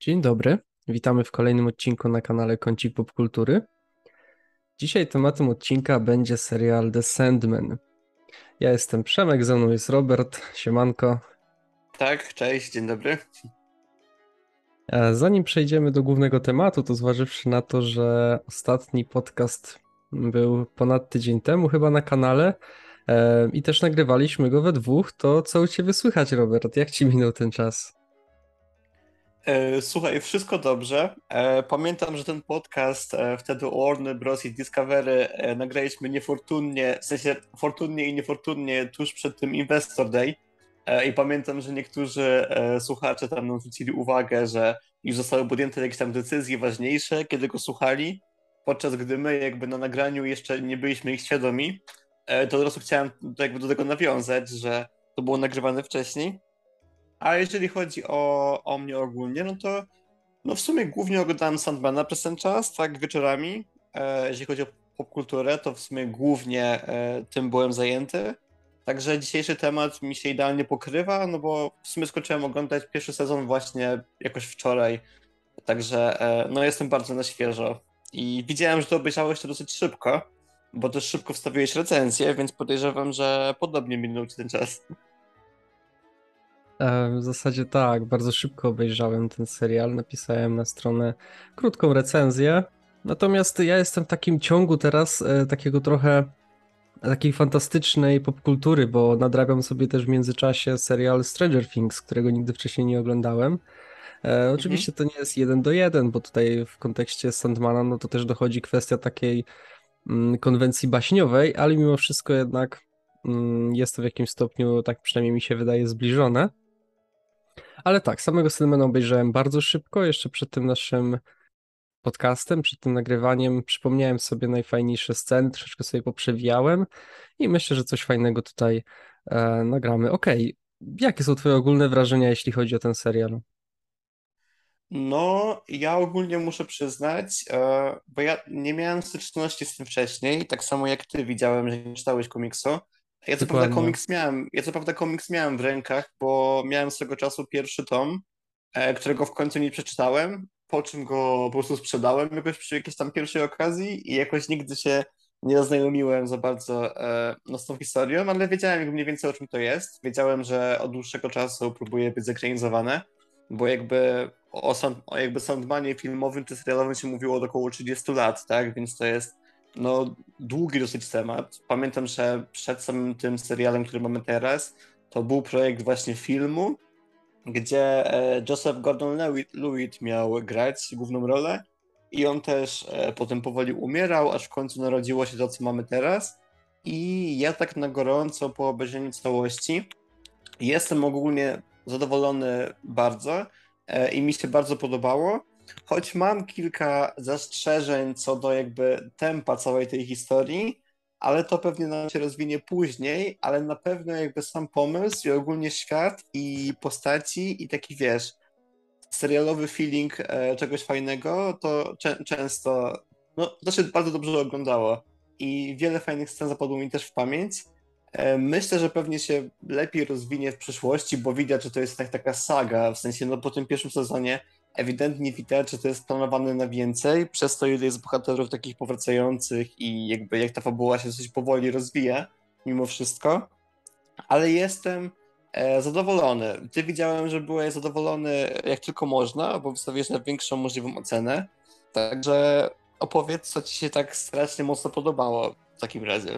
Dzień dobry, witamy w kolejnym odcinku na kanale Kącik Popkultury. Dzisiaj tematem odcinka będzie serial The Sandman. Ja jestem Przemek, ze mną jest Robert, siemanko. Tak, cześć, dzień dobry. Zanim przejdziemy do głównego tematu, to zważywszy na to, że ostatni podcast był ponad tydzień temu chyba na kanale i też nagrywaliśmy go we dwóch, to co u Ciebie słychać, Robert? Jak Ci minął ten czas? Słuchaj, wszystko dobrze. Pamiętam, że ten podcast wtedy Warner Bros. I Discovery nagraliśmy niefortunnie, w sensie fortunnie i niefortunnie tuż przed tym Investor Day. I pamiętam, że niektórzy słuchacze tam nam zwrócili uwagę, że już zostały podjęte jakieś tam decyzje ważniejsze, kiedy go słuchali, podczas gdy my jakby na nagraniu jeszcze nie byliśmy ich świadomi. To od razu chciałem jakby do tego nawiązać, że to było nagrywane wcześniej. A jeżeli chodzi o mnie ogólnie, no to no w sumie głównie oglądałem Sandmana przez ten czas, tak wieczorami. Jeżeli chodzi o popkulturę, to w sumie głównie tym byłem zajęty. Także dzisiejszy temat mi się idealnie pokrywa, no bo w sumie skończyłem oglądać pierwszy sezon właśnie jakoś wczoraj. Także no jestem bardzo na świeżo. I widziałem, że to obejrzałeś to dosyć szybko, bo też szybko wstawiłeś recenzję, więc podejrzewam, że podobnie minął ci ten czas. W zasadzie tak, bardzo szybko obejrzałem ten serial, napisałem na stronę krótką recenzję. Natomiast ja jestem w takim ciągu teraz takiego trochę takiej fantastycznej popkultury, bo nadrabiam sobie też w międzyczasie serial Stranger Things, którego nigdy wcześniej nie oglądałem. Mhm. Oczywiście to nie jest jeden do jeden, bo tutaj w kontekście Sandmana no to też dochodzi kwestia takiej konwencji baśniowej, ale mimo wszystko jednak jest to w jakimś stopniu, tak przynajmniej mi się wydaje, zbliżone. Ale tak, samego Sandmana obejrzałem bardzo szybko, jeszcze przed tym naszym podcastem, przed tym nagrywaniem przypomniałem sobie najfajniejsze sceny, troszeczkę sobie poprzewijałem i myślę, że coś fajnego tutaj nagramy. Okej, jakie są twoje ogólne wrażenia, jeśli chodzi o ten serial? No, ja ogólnie muszę przyznać, bo ja nie miałem styczności z tym wcześniej, tak samo jak ty widziałem, że nie czytałeś komiksu. Dokładnie. Ja co prawda komiks miałem w rękach, bo miałem swego czasu pierwszy tom, którego w końcu nie przeczytałem, po czym go po prostu sprzedałem jakoś przy jakiejś tam pierwszej okazji i jakoś nigdy się nie zaznajomiłem za bardzo no, z tą historią, ale wiedziałem jakby mniej więcej o czym to jest. Wiedziałem, że od dłuższego czasu próbuje być zekranizowane, bo jakby o jakby Sandmanie filmowym czy serialowym się mówiło od około 30 lat, tak? Więc to jest no, długi dosyć temat. Pamiętam, że przed samym tym serialem, który mamy teraz, to był projekt właśnie filmu, gdzie Joseph Gordon-Levitt miał grać główną rolę i on też potem powoli umierał, aż w końcu narodziło się to, co mamy teraz. I ja tak na gorąco po obejrzeniu całości jestem ogólnie zadowolony bardzo i mi się bardzo podobało, choć mam kilka zastrzeżeń co do jakby tempa całej tej historii, ale to pewnie nam się rozwinie później, ale na pewno jakby sam pomysł i ogólnie świat i postaci i taki wiesz, serialowy feeling czegoś fajnego, to często, no to się bardzo dobrze oglądało i wiele fajnych scen zapadło mi też w pamięć. Myślę, że pewnie się lepiej rozwinie w przyszłości, bo widać, że to jest taka saga, w sensie no po tym pierwszym sezonie ewidentnie widać, że to jest planowane na więcej, przez to ile jest bohaterów takich powracających i jakby jak ta fabuła się dosyć powoli rozwija mimo wszystko, ale jestem zadowolony. Ty widziałem, że byłeś zadowolony jak tylko można, bo wystawiłeś na większą możliwą ocenę, także opowiedz, co ci się tak strasznie mocno podobało w takim razie.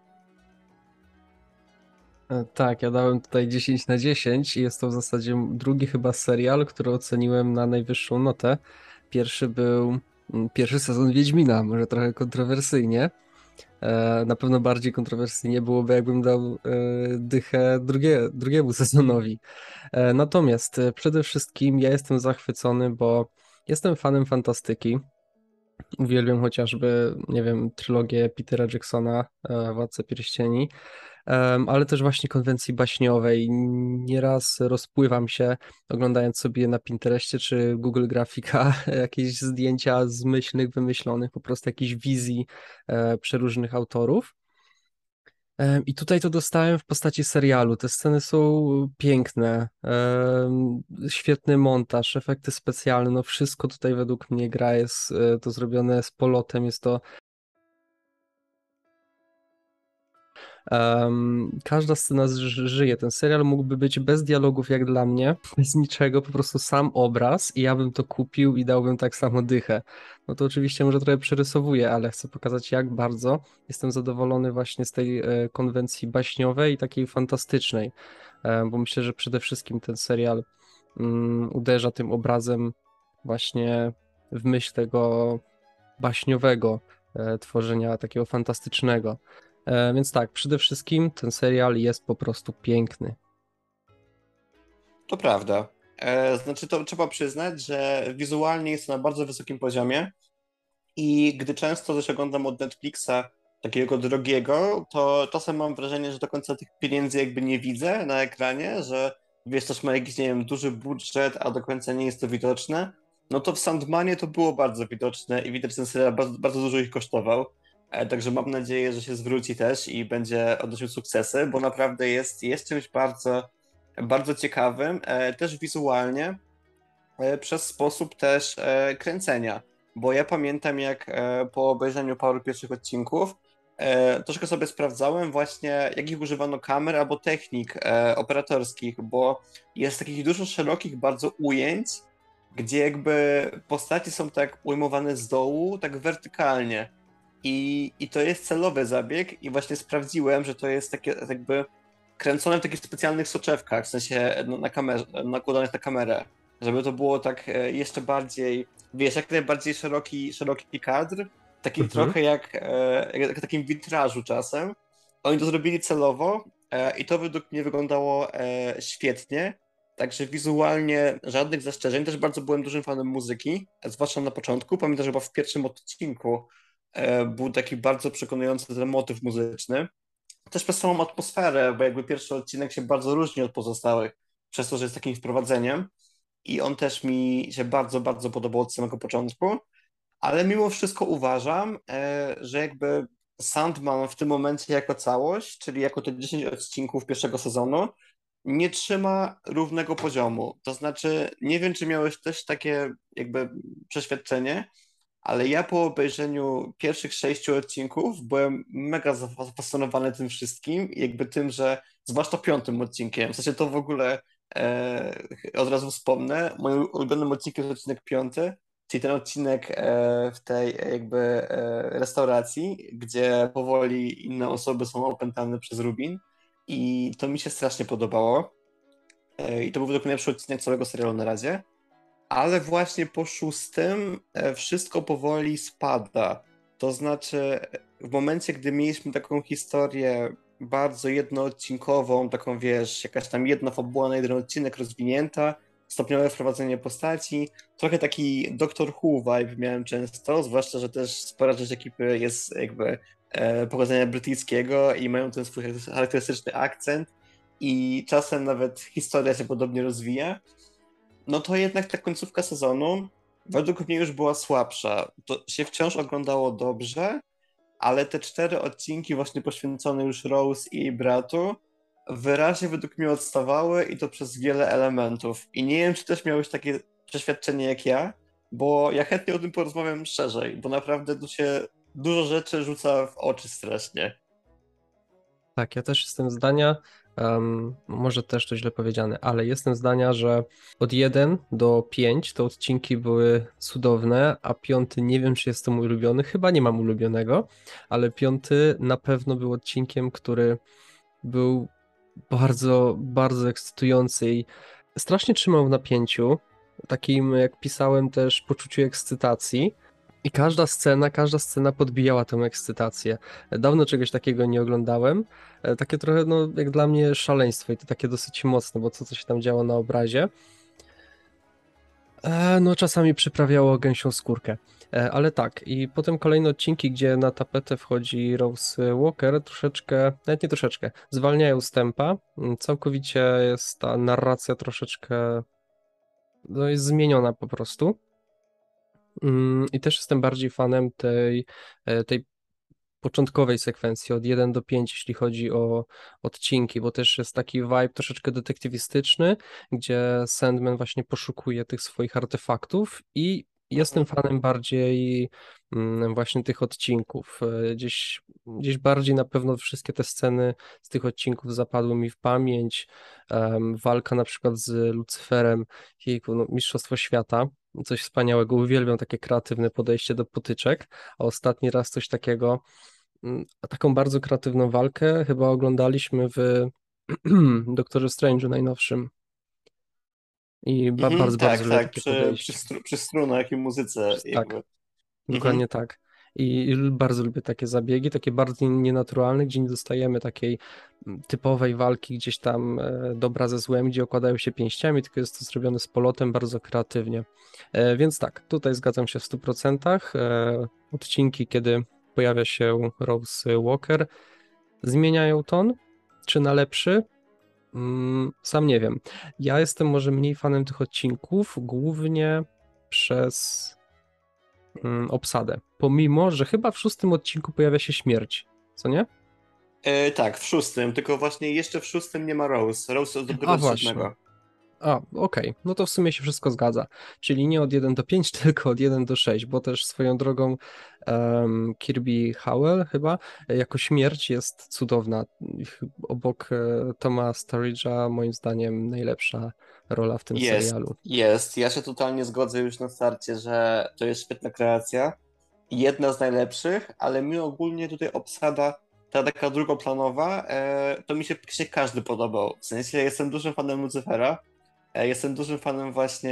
Tak, ja dałem tutaj 10 na 10 i jest to w zasadzie drugi chyba serial, który oceniłem na najwyższą notę. Pierwszy był pierwszy sezon Wiedźmina, może trochę kontrowersyjnie. Na pewno bardziej kontrowersyjnie byłoby, jakbym dał dychę drugiemu sezonowi. Natomiast przede wszystkim ja jestem zachwycony, bo jestem fanem fantastyki. Uwielbiam chociażby, nie wiem, trylogię Petera Jacksona, Władcę Pierścieni, ale też właśnie konwencji baśniowej. Nieraz rozpływam się, oglądając sobie na Pinterestie czy Google Grafika jakieś zdjęcia zmyślnych, wymyślonych, po prostu jakichś wizji przeróżnych autorów. I tutaj to dostałem w postaci serialu. Te sceny są piękne, świetny montaż, efekty specjalne, no wszystko tutaj według mnie gra jest to zrobione z polotem, jest to każda scena żyje. Ten serial mógłby być bez dialogów jak dla mnie, bez niczego, po prostu sam obraz i ja bym to kupił i dałbym tak samo dychę. No to oczywiście może trochę przerysowuję, ale chcę pokazać jak bardzo jestem zadowolony właśnie z tej konwencji baśniowej i takiej fantastycznej, bo myślę, że przede wszystkim ten serial uderza tym obrazem właśnie w myśl tego baśniowego tworzenia, takiego fantastycznego. Więc tak, przede wszystkim ten serial jest po prostu piękny. To prawda. Znaczy, to trzeba przyznać, że wizualnie jest to na bardzo wysokim poziomie i gdy często coś oglądam od Netflixa, takiego drogiego, to czasem mam wrażenie, że do końca tych pieniędzy jakby nie widzę na ekranie, że wiesz, też ma jakiś, nie wiem, duży budżet, a do końca nie jest to widoczne. No to w Sandmanie to było bardzo widoczne i widać, że ten serial bardzo, bardzo dużo ich kosztował. Także mam nadzieję, że się zwróci też i będzie odnosił sukcesy, bo naprawdę jest czymś bardzo, bardzo ciekawym, też wizualnie, przez sposób też kręcenia. Bo ja pamiętam, jak po obejrzeniu paru pierwszych odcinków troszkę sobie sprawdzałem właśnie, jakich używano kamer albo technik operatorskich, bo jest takich dużo szerokich bardzo ujęć, gdzie jakby postaci są tak ujmowane z dołu, tak wertykalnie. I to jest celowy zabieg i właśnie sprawdziłem, że to jest takie jakby kręcone w takich specjalnych soczewkach, w sensie na kamerze, nakładanych na kamerę, żeby to było tak jeszcze bardziej, wiesz, jak najbardziej szeroki kadr, taki Mhm. trochę jak w takim witrażu czasem. Oni to zrobili celowo i to według mnie wyglądało świetnie. Także wizualnie żadnych zastrzeżeń. Też bardzo byłem dużym fanem muzyki, zwłaszcza na początku. Pamiętam, że chyba w pierwszym odcinku był taki bardzo przekonujący ten motyw muzyczny. Też przez samą atmosferę, bo jakby pierwszy odcinek się bardzo różni od pozostałych, przez to, że jest takim wprowadzeniem. I on też mi się bardzo, bardzo podobał od samego początku. Ale mimo wszystko uważam, że jakby Sandman w tym momencie jako całość, czyli jako te 10 odcinków pierwszego sezonu, nie trzyma równego poziomu. To znaczy, nie wiem, czy miałeś też takie jakby przeświadczenie, ale ja po obejrzeniu pierwszych 6 odcinków byłem mega zafascynowany tym wszystkim, i jakby tym, że zwłaszcza piątym odcinkiem, w sensie to w ogóle od razu wspomnę, moim ulubionym odcinkiem jest odcinek piąty, czyli ten odcinek w tej jakby restauracji, gdzie powoli inne osoby są opętane przez Rubin i to mi się strasznie podobało. I to był według mnie najlepszy odcinek całego serialu na razie. Ale właśnie po szóstym wszystko powoli spada. To znaczy, w momencie, gdy mieliśmy taką historię bardzo jednoodcinkową, taką wiesz, jakaś tam jedna fabuła na jeden odcinek rozwinięta, stopniowe wprowadzenie postaci, trochę taki Doctor Who vibe miałem często, zwłaszcza, że też spora część ekipy jest jakby pochodzenia brytyjskiego i mają ten swój charakterystyczny akcent i czasem nawet historia się podobnie rozwija, no to jednak ta końcówka sezonu według mnie już była słabsza. To się wciąż oglądało dobrze, ale te 4 odcinki właśnie poświęcone już Rose i jej bratu wyraźnie według mnie odstawały i to przez wiele elementów. I nie wiem, czy też miałeś takie przeświadczenie jak ja, bo ja chętnie o tym porozmawiam szerzej, bo naprawdę tu się dużo rzeczy rzuca w oczy strasznie. Tak, ja też jestem zdania, może też to źle powiedziane, ale jestem zdania, że od 1 do 5 te odcinki były cudowne, a piąty nie wiem, czy jest to mój ulubiony, chyba nie mam ulubionego, ale piąty na pewno był odcinkiem, który był bardzo, bardzo ekscytujący i strasznie trzymał w napięciu, takim jak pisałem też poczuciu ekscytacji. I każda scena podbijała tę ekscytację. Dawno czegoś takiego nie oglądałem. Takie trochę, no, jak dla mnie szaleństwo i to takie dosyć mocne, bo co się tam działo na obrazie, no czasami przyprawiało gęsią skórkę. Ale tak, i potem kolejne odcinki, gdzie na tapetę wchodzi Rose Walker, troszeczkę, nawet nie troszeczkę, zwalniają z tempa. Całkowicie jest ta narracja troszeczkę, no jest zmieniona po prostu. I też jestem bardziej fanem tej początkowej sekwencji, od 1 do 5, jeśli chodzi o odcinki, bo też jest taki vibe troszeczkę detektywistyczny, gdzie Sandman właśnie poszukuje tych swoich artefaktów i jestem Mhm. fanem bardziej właśnie tych odcinków. Gdzieś bardziej na pewno wszystkie te sceny z tych odcinków zapadły mi w pamięć. Walka na przykład z Lucyferem, jejku, no, Mistrzostwo Świata, coś wspaniałego. Uwielbiam takie kreatywne podejście do potyczek, a ostatni raz coś takiego, taką bardzo kreatywną walkę chyba oglądaliśmy w Doktorze Strange'u najnowszym i Mhm, bardzo, bardzo tak, lubię tak, takie podejście. przy strunach i muzyce Tak, jakby. Mhm. dokładnie tak. I bardzo lubię takie zabiegi, takie bardzo nienaturalne, gdzie nie dostajemy takiej typowej walki gdzieś tam dobra ze złem, gdzie okładają się pięściami, tylko jest to zrobione z polotem bardzo kreatywnie. Więc tak, tutaj zgadzam się w 100%. Odcinki, kiedy pojawia się Rose Walker, zmieniają ton, czy na lepszy? Sam nie wiem. Ja jestem może mniej fanem tych odcinków, głównie przez obsadę. Pomimo, że chyba w 6 odcinku pojawia się śmierć, co nie? Tak, w 6, tylko właśnie jeszcze w 6 nie ma Rose. Rose jest dopiero A od właśnie. 7. A, okej. No to w sumie się wszystko zgadza. Czyli nie od 1 do 5, tylko od 1 do 6, bo też swoją drogą Kirby Howell chyba jako śmierć jest cudowna. Obok Toma Sturridge'a moim zdaniem najlepsza rola w tym Jest, serialu. jest. Ja się totalnie zgodzę już na starcie, że to jest świetna kreacja. Jedna z najlepszych, ale mi ogólnie tutaj obsada, ta taka drugoplanowa, to mi się praktycznie każdy podobał. W sensie jestem dużym fanem Lucifera, jestem dużym fanem właśnie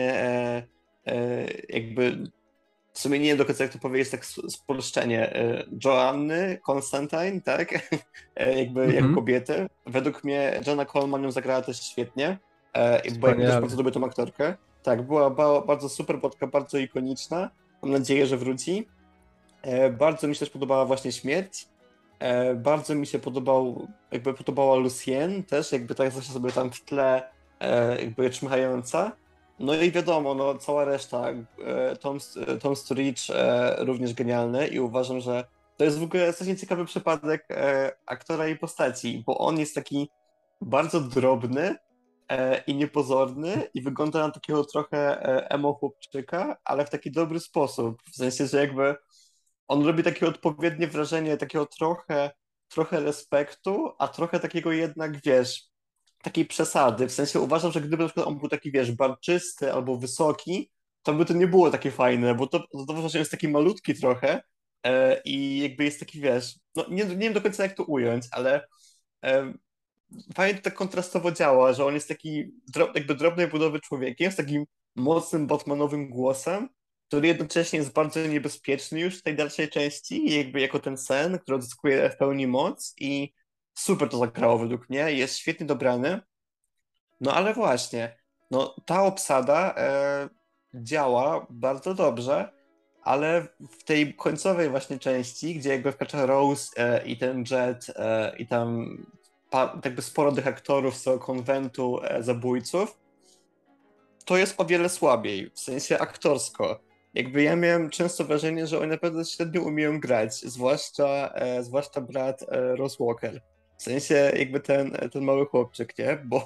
jakby, w sumie nie wiem do końca jak to powiedzieć, tak spolszczenie, Joanny Constantine, tak? Jakby jako Mhm. kobiety. Według mnie Jenna Coleman ją zagrała też świetnie, bo jakby też bardzo Wspaniale. lubię tą aktorkę. Tak, była bardzo super, była taka bardzo ikoniczna. Mam nadzieję, że wróci. Bardzo mi się też podobała właśnie śmierć. Bardzo mi się podobała Lucienne też, jakby tak zawsze sobie tam w tle jakby czmychająca. No i wiadomo, no cała reszta, Tom Sturridge również genialny i uważam, że to jest w ogóle strasznie ciekawy przypadek aktora i postaci, bo on jest taki bardzo drobny i niepozorny i wygląda na takiego trochę emo chłopczyka, ale w taki dobry sposób, w sensie, że jakby on robi takie odpowiednie wrażenie takiego trochę respektu, a trochę takiego jednak, wiesz, takiej przesady. W sensie uważam, że gdyby na przykład on był taki, wiesz, barczysty albo wysoki, to by to nie było takie fajne, bo to że jest taki malutki trochę i jakby jest taki, wiesz, no nie wiem do końca jak to ująć, ale e, fajnie to tak kontrastowo działa, że on jest taki jakby drobnej budowy człowiekiem, z takim mocnym Batmanowym głosem, który jednocześnie jest bardzo niebezpieczny już w tej dalszej części, jakby jako ten sen, który odzyskuje w pełni moc i super to zagrało według mnie, jest świetnie dobrany. No ale właśnie, no ta obsada działa bardzo dobrze, ale w tej końcowej właśnie części, gdzie jakby wkracza Rose i ten Jet i tam jakby sporo tych aktorów z tego konwentu zabójców, to jest o wiele słabiej, w sensie aktorsko. Jakby ja miałem często wrażenie, że oni naprawdę średnio umieją grać, zwłaszcza brat Rose Walker. W sensie jakby ten mały chłopczyk, nie? Bo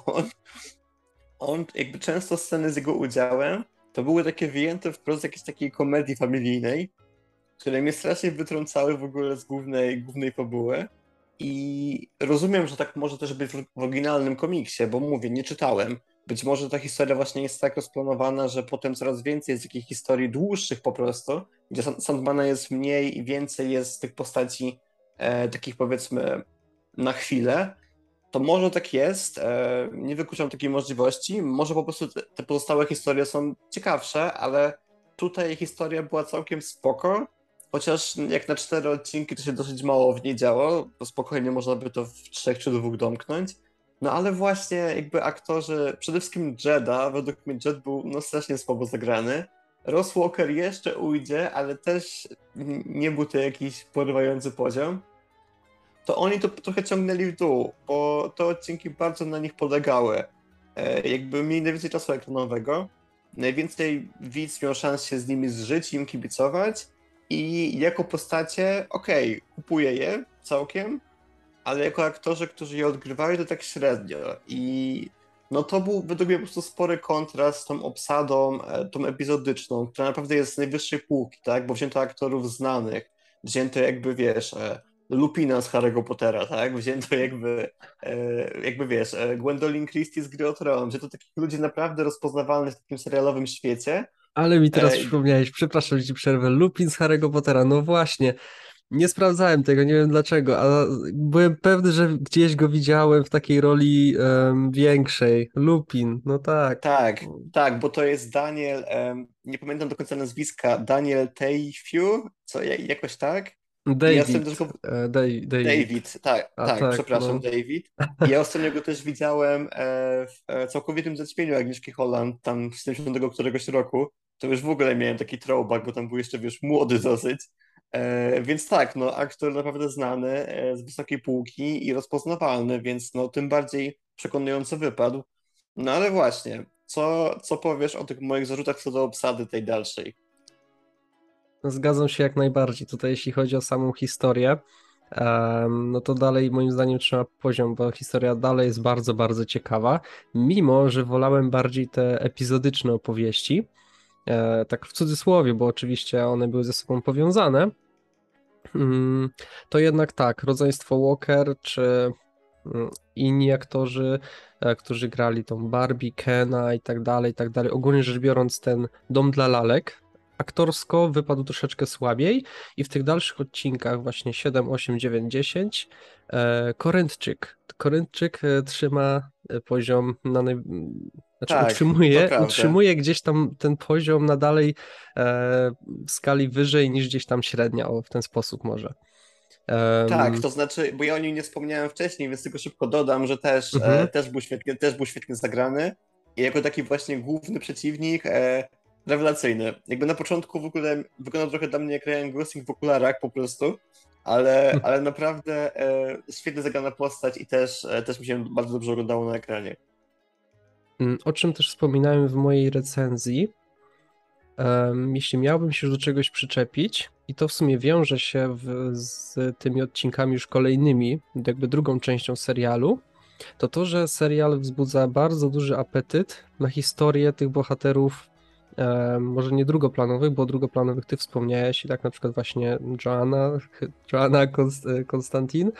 on jakby często sceny z jego udziałem to były takie wyjęte wprost z jakiejś takiej komedii familijnej, które mnie strasznie wytrącały w ogóle z głównej fabuły. I rozumiem, że tak może też być w oryginalnym komiksie, bo mówię, nie czytałem. Być może ta historia właśnie jest tak rozplanowana, że potem coraz więcej jest takich historii dłuższych po prostu, gdzie Sandmana jest mniej i więcej jest tych postaci takich powiedzmy na chwilę. To może tak jest, nie wykluczam takiej możliwości. Może po prostu te pozostałe historie są ciekawsze, ale tutaj historia była całkiem spoko. Chociaż jak na 4 odcinki to się dosyć mało w niej działo, to spokojnie można by to w 3 czy 2 domknąć. No ale właśnie jakby aktorzy, przede wszystkim Jeda, według mnie Jed był no strasznie słabo zagrany. Ross Walker jeszcze ujdzie, ale też nie był to jakiś porywający poziom. To oni to trochę ciągnęli w dół, bo te odcinki bardzo na nich polegały. Jakby mieli najwięcej czasu ekranowego, najwięcej widz miał szans się z nimi zżyć i im kibicować, i jako postacie, okej, kupuję je całkiem, ale jako aktorzy, którzy je odgrywali, to tak średnio. I no to był według mnie po prostu spory kontrast z tą obsadą, tą epizodyczną, która naprawdę jest z najwyższej półki, tak? Bo wzięto aktorów znanych, wzięto jakby, wiesz, Lupina z Harry'ego Pottera, tak? Wzięto jakby wiesz, Gwendolyn Christie z Gry o Tron, wzięto takich ludzi naprawdę rozpoznawalnych w takim serialowym świecie. Ale mi teraz E, przypomniałeś, przepraszam, że ci przerwę, Lupin z Harry'ego Pottera, no właśnie, nie sprawdzałem tego, nie wiem dlaczego, ale byłem pewny, że gdzieś go widziałem w takiej roli większej. Lupin, no tak. Tak, tak, bo to jest Daniel, nie pamiętam do końca nazwiska, Daniel Teifiur, jakoś tak. I ja ostatnio David, też go, David, David, tak, a tak, tak, przepraszam, no. David. I ja ostatnio go też widziałem w całkowitym zaćmieniu Agnieszki Holland, tam z 70 któregoś roku. To już w ogóle miałem taki throwback, bo tam był jeszcze, wiesz, młody dosyć. Więc tak, no aktor naprawdę znany, z wysokiej półki i rozpoznawalny, więc no tym bardziej przekonująco wypadł. No ale właśnie, co powiesz o tych moich zarzutach co do obsady tej dalszej? Zgadzam się jak najbardziej. Tutaj jeśli chodzi o samą historię, no to dalej moim zdaniem trzyma poziom, bo historia dalej jest bardzo, bardzo ciekawa, mimo że wolałem bardziej te epizodyczne opowieści, tak w cudzysłowie, bo oczywiście one były ze sobą powiązane. To jednak tak, rodzeństwo Walker czy inni aktorzy, którzy grali tą Barbie, Kena i tak dalej. Ogólnie rzecz biorąc, ten Dom dla lalek aktorsko wypadł troszeczkę słabiej i w tych dalszych odcinkach, właśnie 7, 8, 9, 10, Korentczyk trzyma poziom znaczy Tak, to prawda. utrzymuje gdzieś tam ten poziom na dalej w skali wyżej niż gdzieś tam średnia, o w ten sposób może. Tak, Em, to znaczy, bo ja o nim nie wspomniałem wcześniej, więc tylko szybko dodam, że mhm. też był świetnie zagrany i jako taki właśnie główny przeciwnik rewelacyjny. Jakby na początku w ogóle wyglądał trochę dla mnie jak Ryan Gosling w okularach po prostu, ale naprawdę świetnie zagrana postać i też mi się bardzo dobrze oglądało na ekranie. O czym też wspominałem w mojej recenzji, jeśli miałbym się do czegoś przyczepić, i to w sumie wiąże się z tymi odcinkami już kolejnymi, jakby drugą częścią serialu, to to, że serial wzbudza bardzo duży apetyt na historię tych bohaterów, może nie drugoplanowych, bo drugoplanowych ty wspomniałeś, i tak na przykład właśnie Joanna Konstantin,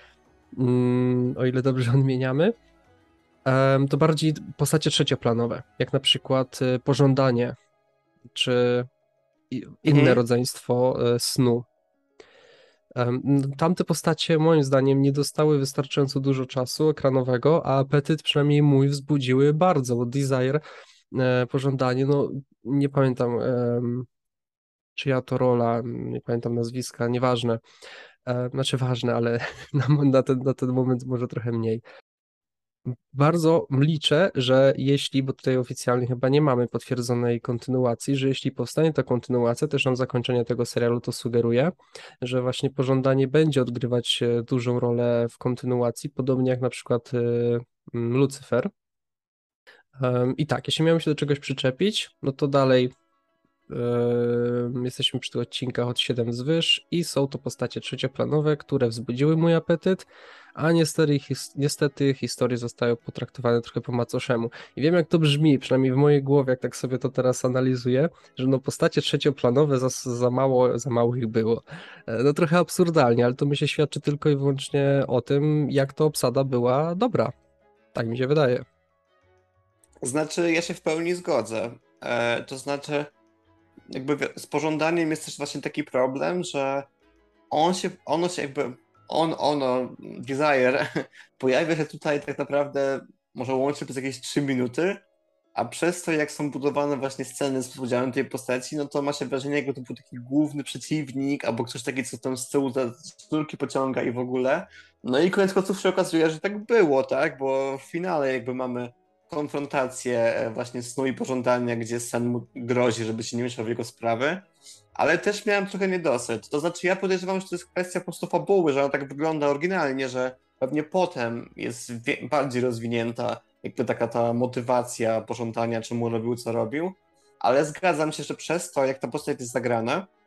o ile dobrze odmieniamy. To bardziej postacie trzecioplanowe, jak na przykład Pożądanie, czy inne Mhm. rodzeństwo snu. Tamte postacie moim zdaniem nie dostały wystarczająco dużo czasu ekranowego, a apetyt przynajmniej mój wzbudziły bardzo, bo Desire, Pożądanie, no nie pamiętam czyja to rola, nie pamiętam nazwiska, nieważne. Znaczy ważne, ale na ten moment może trochę mniej. Bardzo liczę, że jeśli, bo tutaj oficjalnie chyba nie mamy potwierdzonej kontynuacji, że jeśli powstanie ta kontynuacja, też nam zakończenie tego serialu to sugeruje, że właśnie Pożądanie będzie odgrywać dużą rolę w kontynuacji, podobnie jak na przykład Lucyfer. I tak, jeśli miałem się do czegoś przyczepić, no to dalej jesteśmy przy tych odcinkach od 7 wzwyż i są to postacie trzecioplanowe, które wzbudziły mój apetyt, a niestety historie zostają potraktowane trochę po macoszemu. I wiem jak to brzmi, przynajmniej w mojej głowie, jak tak sobie to teraz analizuję, że no postacie trzecioplanowe za mało ich było. No trochę absurdalnie, ale to mi się świadczy tylko i wyłącznie o tym, jak to obsada była dobra. Tak mi się wydaje. Znaczy, ja się w pełni zgodzę. To znaczy, z pożądaniem jest też właśnie taki problem, że ono się jakby, ono, Desire pojawia się tutaj tak naprawdę może łącznie przez jakieś 3 minuty, a przez to jak są budowane właśnie sceny z udziałem tej postaci, no to ma się wrażenie, jakby to był taki główny przeciwnik, albo ktoś taki, co tam z tyłu za sznurki pociąga i w ogóle. No i koniec końców się okazuje, że tak było, tak? Bo w finale jakby mamy konfrontację właśnie snu i pożądania, gdzie sen mu grozi, żeby się nie mieszał w jego sprawy. Ale też miałem trochę niedosyt. To znaczy, ja podejrzewam, że to jest kwestia po prostu fabuły, że ona tak wygląda oryginalnie, że pewnie potem jest bardziej rozwinięta jakby taka ta motywacja pożądania, czemu robił, co robił. Ale zgadzam się, że przez to, jak ta postać jest zagrana,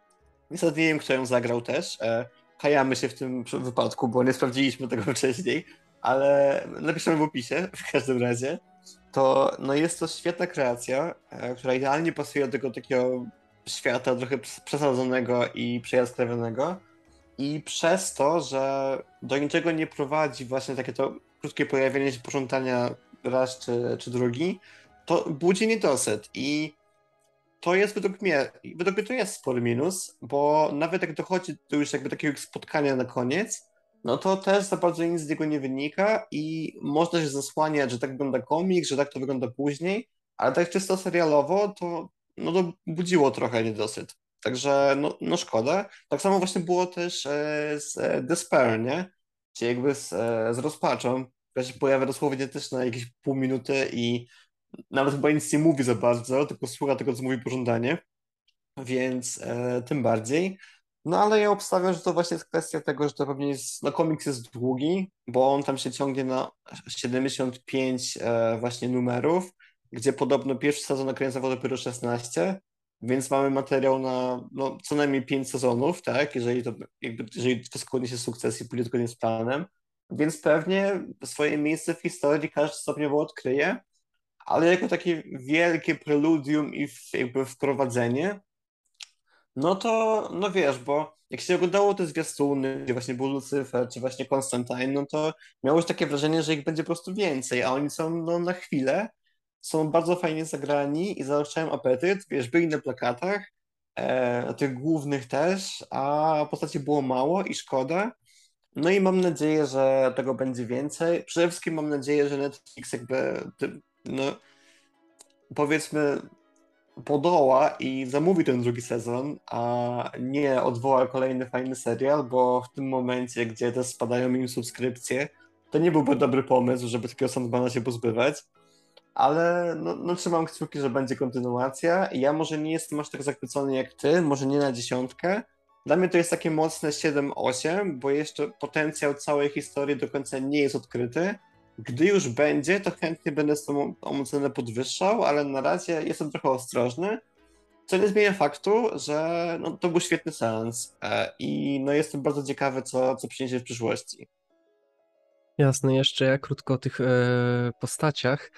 Niestety nie wiem, kto ją zagrał też. Kajamy się w tym wypadku, bo nie sprawdziliśmy tego wcześniej, ale napiszemy w opisie w każdym razie. To no jest to świetna kreacja, która idealnie pasuje do tego takiego świata trochę przesadzonego i przejaskrowionego. I przez to, że do niczego nie prowadzi właśnie takie to krótkie pojawienie się pożądania raz czy drugi, to budzi niedosyt. I to jest według mnie to jest spory minus, bo nawet jak dochodzi do już jakby takiego spotkania na koniec, no to też za bardzo nic z niego nie wynika i można się zasłaniać, że tak wygląda komik, że tak to wygląda później, ale tak czysto serialowo to, no to budziło trochę niedosyt. Także no szkoda. Tak samo właśnie było też z Despair, nie? Gdzie jakby z rozpaczą, która się pojawia dosłownie też na jakieś pół minuty i nawet chyba nic nie mówi za bardzo, tylko słucha tego, co mówi pożądanie, więc tym bardziej. No ale ja obstawiam, że to właśnie jest kwestia tego, że to pewnie jest, no komiks jest długi, bo on tam się ciągnie na 75 właśnie numerów, gdzie podobno pierwszy sezon nakręcował dopiero 16, więc mamy materiał na no, co najmniej 5 sezonów, tak, jeżeli to jakby, jeżeli wszystko odniesie sukces i pójdzie zgodnie z planem, więc pewnie swoje miejsce w historii każdy stopniowo odkryje, ale jako takie wielkie preludium i jakby wprowadzenie, no to, no wiesz, bo jak się oglądało te zwiastuny, gdzie właśnie był Lucyfer, czy właśnie Constantine, no to miało już takie wrażenie, że ich będzie po prostu więcej, a oni są no, na chwilę, są bardzo fajnie zagrani i zaostrzają apetyt, wiesz, byli na plakatach, tych głównych też, a postaci było mało i szkoda. No i mam nadzieję, że tego będzie więcej. Przede wszystkim mam nadzieję, że Netflix jakby, no powiedzmy, podoła i zamówi ten drugi sezon, a nie odwoła kolejny fajny serial, bo w tym momencie, gdzie też spadają im subskrypcje, to nie byłby dobry pomysł, żeby takiego Sandmana się pozbywać. Ale no trzymam kciuki, że będzie kontynuacja. Ja może nie jestem aż tak zachwycony jak ty, może nie na 10. Dla mnie to jest takie mocne 7-8, bo jeszcze potencjał całej historii do końca nie jest odkryty. Gdy już będzie, to chętnie będę z tą ocenę podwyższał, ale na razie jestem trochę ostrożny, co nie zmienia faktu, że no, to był świetny seans i no, jestem bardzo ciekawy, co przyniesie w przyszłości. Jasne, jeszcze ja krótko o tych postaciach.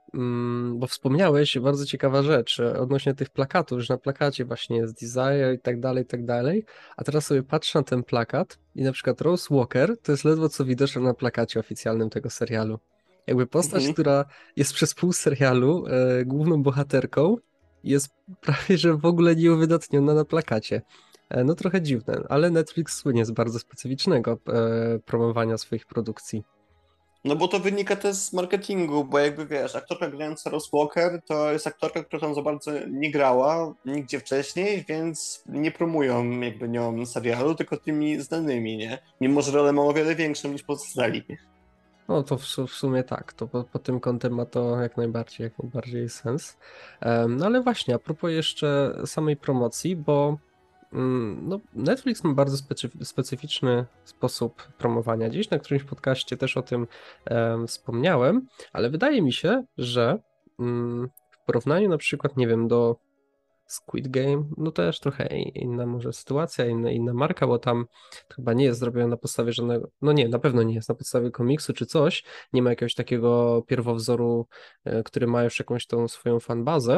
Bo wspomniałeś, bardzo ciekawa rzecz odnośnie tych plakatów, że na plakacie właśnie jest Desire i tak dalej, a teraz sobie patrzę na ten plakat i na przykład Rose Walker to jest ledwo co widoczne na plakacie oficjalnym tego serialu. Jakby postać, Mhm. która jest przez pół serialu główną bohaterką, jest prawie że w ogóle nieuwydatniona na plakacie. No trochę dziwne, ale Netflix słynie z bardzo specyficznego promowania swoich produkcji. No bo to wynika też z marketingu, bo jakby wiesz, aktorka grająca Rose Walker to jest aktorka, która tam za bardzo nie grała nigdzie wcześniej, więc nie promują jakby nią serialu, tylko tymi znanymi, nie? Mimo, że rolę ma o wiele większą niż pozostali. No to w sumie tak, to pod tym kątem ma to jak najbardziej sens. No ale właśnie, a propos jeszcze samej promocji, bo no, Netflix ma bardzo specyficzny sposób promowania. Dziś na którymś podcaście też o tym wspomniałem, ale wydaje mi się, że w porównaniu na przykład, nie wiem, do Squid Game, no też trochę inna może sytuacja, inna marka, bo tam chyba nie jest zrobione na podstawie żadnego, no nie, na pewno nie jest na podstawie komiksu czy coś, nie ma jakiegoś takiego pierwowzoru, który ma już jakąś tą swoją fanbazę.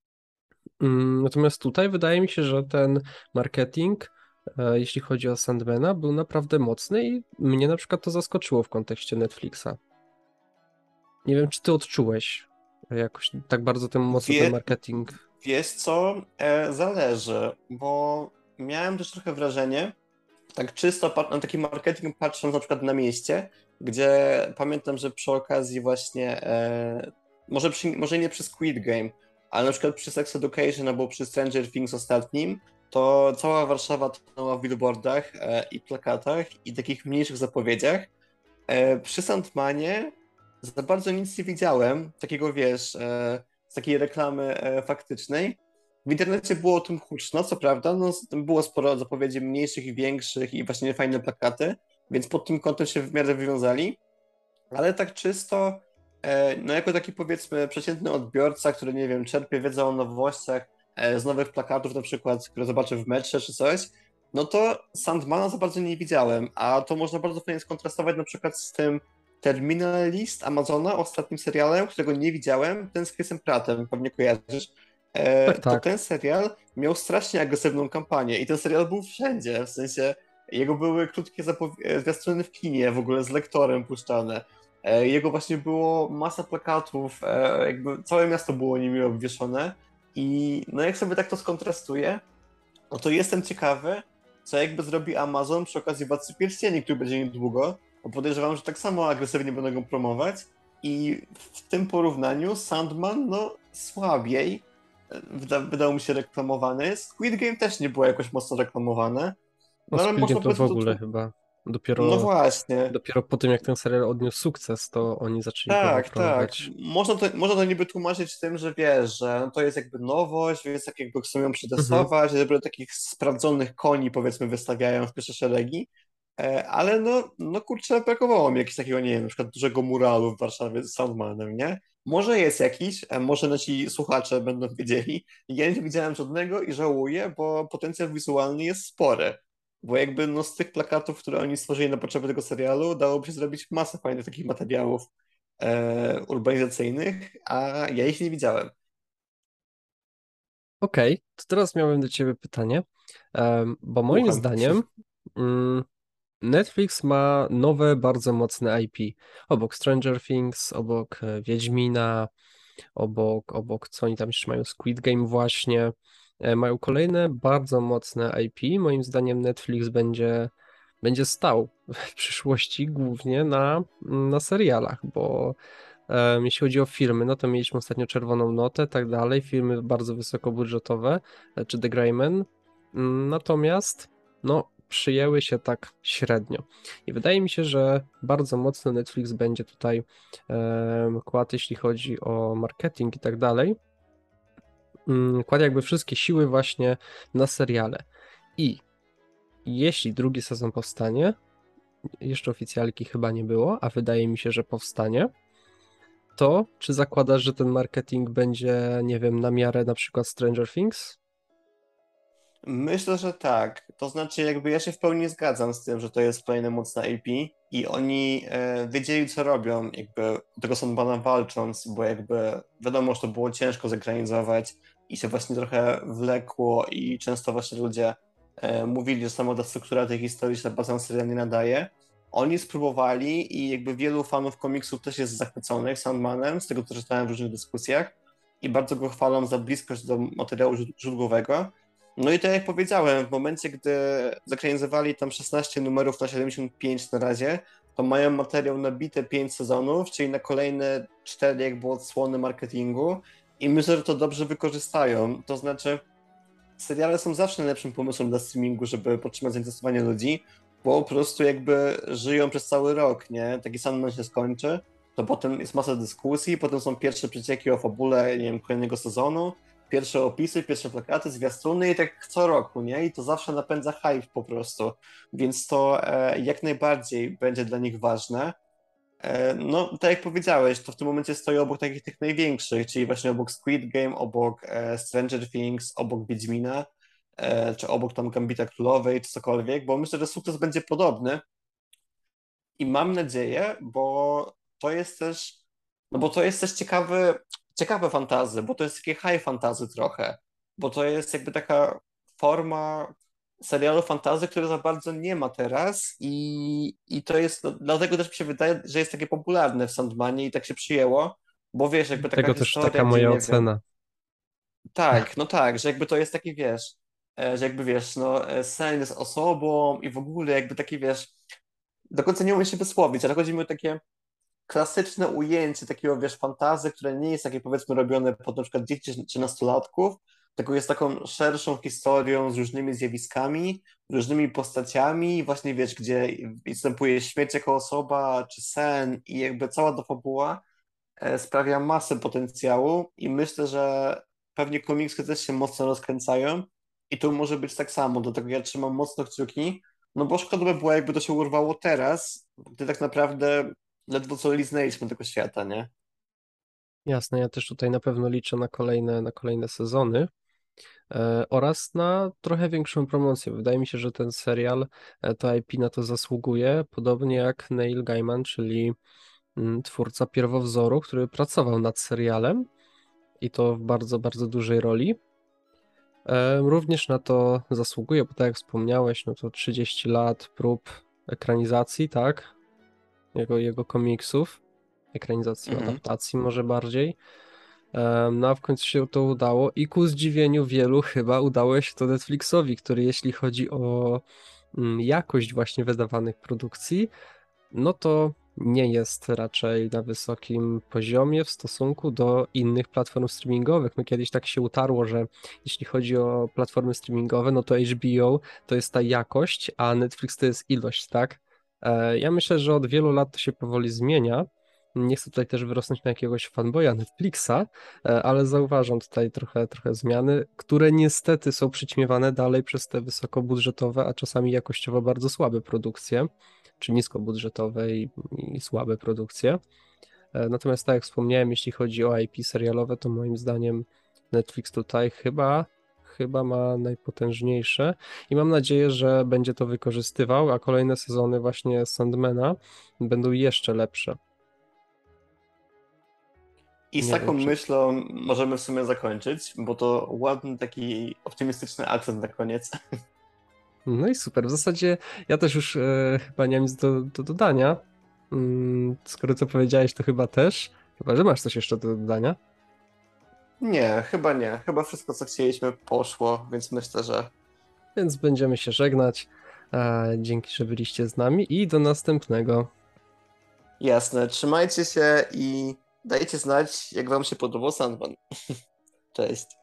Natomiast tutaj wydaje mi się, że ten marketing, jeśli chodzi o Sandmana, był naprawdę mocny i mnie na przykład to zaskoczyło w kontekście Netflixa. Nie wiem, czy ty odczułeś jakoś tak bardzo ten mocno ten Wie, marketing. wiesz co? Zależy, bo miałem też trochę wrażenie, tak czysto na taki marketing patrząc na przykład na mieście, gdzie pamiętam, że przy okazji właśnie, może nie przy Squid Game, ale na przykład przy Sex Education albo przy Stranger Things ostatnim, to cała Warszawa tonęła w billboardach i plakatach i takich mniejszych zapowiedziach. Przy Sandmanie za bardzo nic nie widziałem, takiego wiesz, z takiej reklamy faktycznej. W internecie było o tym huczno, co prawda, no, było sporo zapowiedzi mniejszych i większych i właśnie fajne plakaty, więc pod tym kątem się w miarę wywiązali, ale tak czysto, no jako taki powiedzmy przeciętny odbiorca, który nie wiem, czerpie wiedzę o nowościach, z nowych plakatów na przykład, które zobaczę w metrze czy coś, no to Sandmana za bardzo nie widziałem, a to można bardzo fajnie skontrastować na przykład z tym Terminal List Amazona, ostatnim serialem, którego nie widziałem, ten z Chrisem Prattem, pewnie kojarzysz. Tak, To tak. ten serial miał strasznie agresywną kampanię i ten serial był wszędzie, w sensie jego były krótkie zwiastuny w kinie, w ogóle z lektorem puszczane. Jego właśnie było masa plakatów, jakby całe miasto było nimi obwieszone i no jak sobie tak to skontrastuję, no to jestem ciekawy, co jakby zrobi Amazon przy okazji Władcy Pierścieni, który będzie niedługo, bo podejrzewam, że tak samo agresywnie będą go promować i w tym porównaniu Sandman, no słabiej wydał mi się reklamowany. Squid Game też nie było jakoś mocno reklamowane, No no ale Squid Game można to w powiedzmy to ogóle tu... chyba. No Dopiero, właśnie. dopiero po tym, jak ten serial odniósł sukces, to oni zaczęli go Tak, tak. promować. Można to niby tłumaczyć tym, że wiesz, że to jest jakby nowość, więc tak jakby chcą ją Mhm. przetestować, żeby takich sprawdzonych koni powiedzmy wystawiają w pierwsze szeregi, ale no kurczę, brakowało mi jakiegoś takiego, nie wiem, na przykład dużego muralu w Warszawie z Soundmanem, nie? Może jest jakiś, może nasi słuchacze będą wiedzieli. Ja nie widziałem żadnego i żałuję, bo potencjał wizualny jest spory. Bo jakby no z tych plakatów, które oni stworzyli na potrzeby tego serialu, dałoby się zrobić masę fajnych takich materiałów urbanizacyjnych, a ja ich nie widziałem. Okej, to teraz miałem do ciebie pytanie, bo moim Słucham. zdaniem mm, Netflix ma nowe, bardzo mocne IP. Obok Stranger Things, obok Wiedźmina, obok co oni tam jeszcze mają, Squid Game właśnie. Mają kolejne bardzo mocne IP. Moim zdaniem Netflix będzie stał w przyszłości głównie na serialach, bo jeśli chodzi o filmy, no to mieliśmy ostatnio Czerwoną Notę, tak dalej, filmy bardzo wysokobudżetowe, czy The Gray Man, natomiast no przyjęły się tak średnio. I wydaje mi się, że bardzo mocno Netflix będzie tutaj kładł, jeśli chodzi o marketing i tak dalej, kładł jakby wszystkie siły właśnie na seriale. I jeśli drugi sezon powstanie, jeszcze oficjalki chyba nie było, a wydaje mi się, że powstanie, to czy zakładasz, że ten marketing będzie, nie wiem, na miarę na przykład Stranger Things? Myślę, że tak. To znaczy, jakby ja się w pełni zgadzam z tym, że to jest kolejne mocne IP i oni wiedzieli, co robią, jakby do tego Sandmana walcząc, bo jakby wiadomo, że to było ciężko zekranizować i się właśnie trochę wlekło i często właśnie ludzie mówili, że sama ta struktura tej historii się na bazę serial nie nadaje. Oni spróbowali i jakby wielu fanów komiksów też jest zachwyconych Sandmanem, z tego co czytałem w różnych dyskusjach i bardzo go chwalą za bliskość do materiału źródłowego. No i tak jak powiedziałem, w momencie, gdy zakranizowali tam 16 numerów na 75 na razie, to mają materiał na bite 5 sezonów, czyli na kolejne 4 jakby odsłony marketingu i myślę, że to dobrze wykorzystają. To znaczy, seriale są zawsze najlepszym pomysłem dla streamingu, żeby podtrzymać zainteresowanie ludzi, bo po prostu jakby żyją przez cały rok, nie? Taki sam się skończy, to potem jest masa dyskusji, potem są pierwsze przecieki o fabule, nie wiem, kolejnego sezonu, pierwsze opisy, pierwsze plakaty, zwiastuny i tak co roku, nie? I to zawsze napędza hype po prostu, więc to jak najbardziej będzie dla nich ważne. No, tak jak powiedziałeś, to w tym momencie stoi obok takich tych największych, czyli właśnie obok Squid Game, obok Stranger Things, obok Wiedźmina, czy obok tam Gambita Królowej, czy cokolwiek, bo myślę, że sukces będzie podobny i mam nadzieję, bo to jest też, no bo to jest też ciekawe fantasy, bo to jest takie high fantasy trochę, bo to jest jakby taka forma serialu fantasy, które za bardzo nie ma teraz i to jest, no, dlatego też mi się wydaje, że jest takie popularne w Sandmanie i tak się przyjęło, bo wiesz, jakby taka Tego też historia, taka gdzie moja nie wiem, ocena. tak, no tak, że jakby to jest taki, wiesz, że jakby wiesz, no sen jest osobą i w ogóle jakby taki, wiesz, do końca nie umiem się wysłowić, ale chodzi mi o takie klasyczne ujęcie takiego, wiesz, fantazy, które nie jest takie, powiedzmy, robione pod na przykład dzieci czy nastolatków, tylko jest taką szerszą historią z różnymi zjawiskami, różnymi postaciami, właśnie, wiesz, gdzie występuje śmierć jako osoba, czy sen i jakby cała ta fabuła sprawia masę potencjału i myślę, że pewnie komiksy też się mocno rozkręcają i tu może być tak samo, do tego ja trzymam mocno kciuki, no bo szkoda by było, jakby to się urwało teraz, gdy tak naprawdę ledwo co liznęliśmy tego świata, nie? Jasne, ja też tutaj na pewno liczę na kolejne sezony. Oraz na trochę większą promocję. Wydaje mi się, że ten serial, to IP na to zasługuje, podobnie jak Neil Gaiman, czyli twórca pierwowzoru, który pracował nad serialem i to w bardzo, bardzo dużej roli. Również na to zasługuje, bo tak jak wspomniałeś, no to 30 lat prób ekranizacji, tak? Jego komiksów, ekranizacji, Mhm. adaptacji może bardziej. No a w końcu się to udało i ku zdziwieniu wielu chyba udało się to Netflixowi, który jeśli chodzi o jakość właśnie wydawanych produkcji, no to nie jest raczej na wysokim poziomie w stosunku do innych platform streamingowych. No kiedyś tak się utarło, że jeśli chodzi o platformy streamingowe, no to HBO to jest ta jakość, a Netflix to jest ilość, tak? Ja myślę, że od wielu lat to się powoli zmienia. Nie chcę tutaj też wyrosnąć na jakiegoś fanboya Netflixa, ale zauważam tutaj trochę zmiany, które niestety są przyćmiewane dalej przez te wysokobudżetowe, a czasami jakościowo bardzo słabe produkcje czy niskobudżetowe i słabe produkcje. Natomiast tak jak wspomniałem, jeśli chodzi o IP serialowe, to moim zdaniem Netflix tutaj chyba ma najpotężniejsze i mam nadzieję, że będzie to wykorzystywał, a kolejne sezony właśnie Sandmana będą jeszcze lepsze. I z Nie taką wiem, czy... myślą możemy w sumie zakończyć, bo to ładny taki optymistyczny akcent na koniec. No i super. W zasadzie ja też już chyba nie mam nic do dodania. Skoro co powiedziałeś, to chyba też. Chyba, że masz coś jeszcze do dodania. Nie, chyba nie. Chyba wszystko, co chcieliśmy, poszło, więc myślę, że Więc będziemy się żegnać. Dzięki, że byliście z nami i do następnego. jasne. Trzymajcie się i dajcie znać, jak wam się podobał Sandman. Cześć.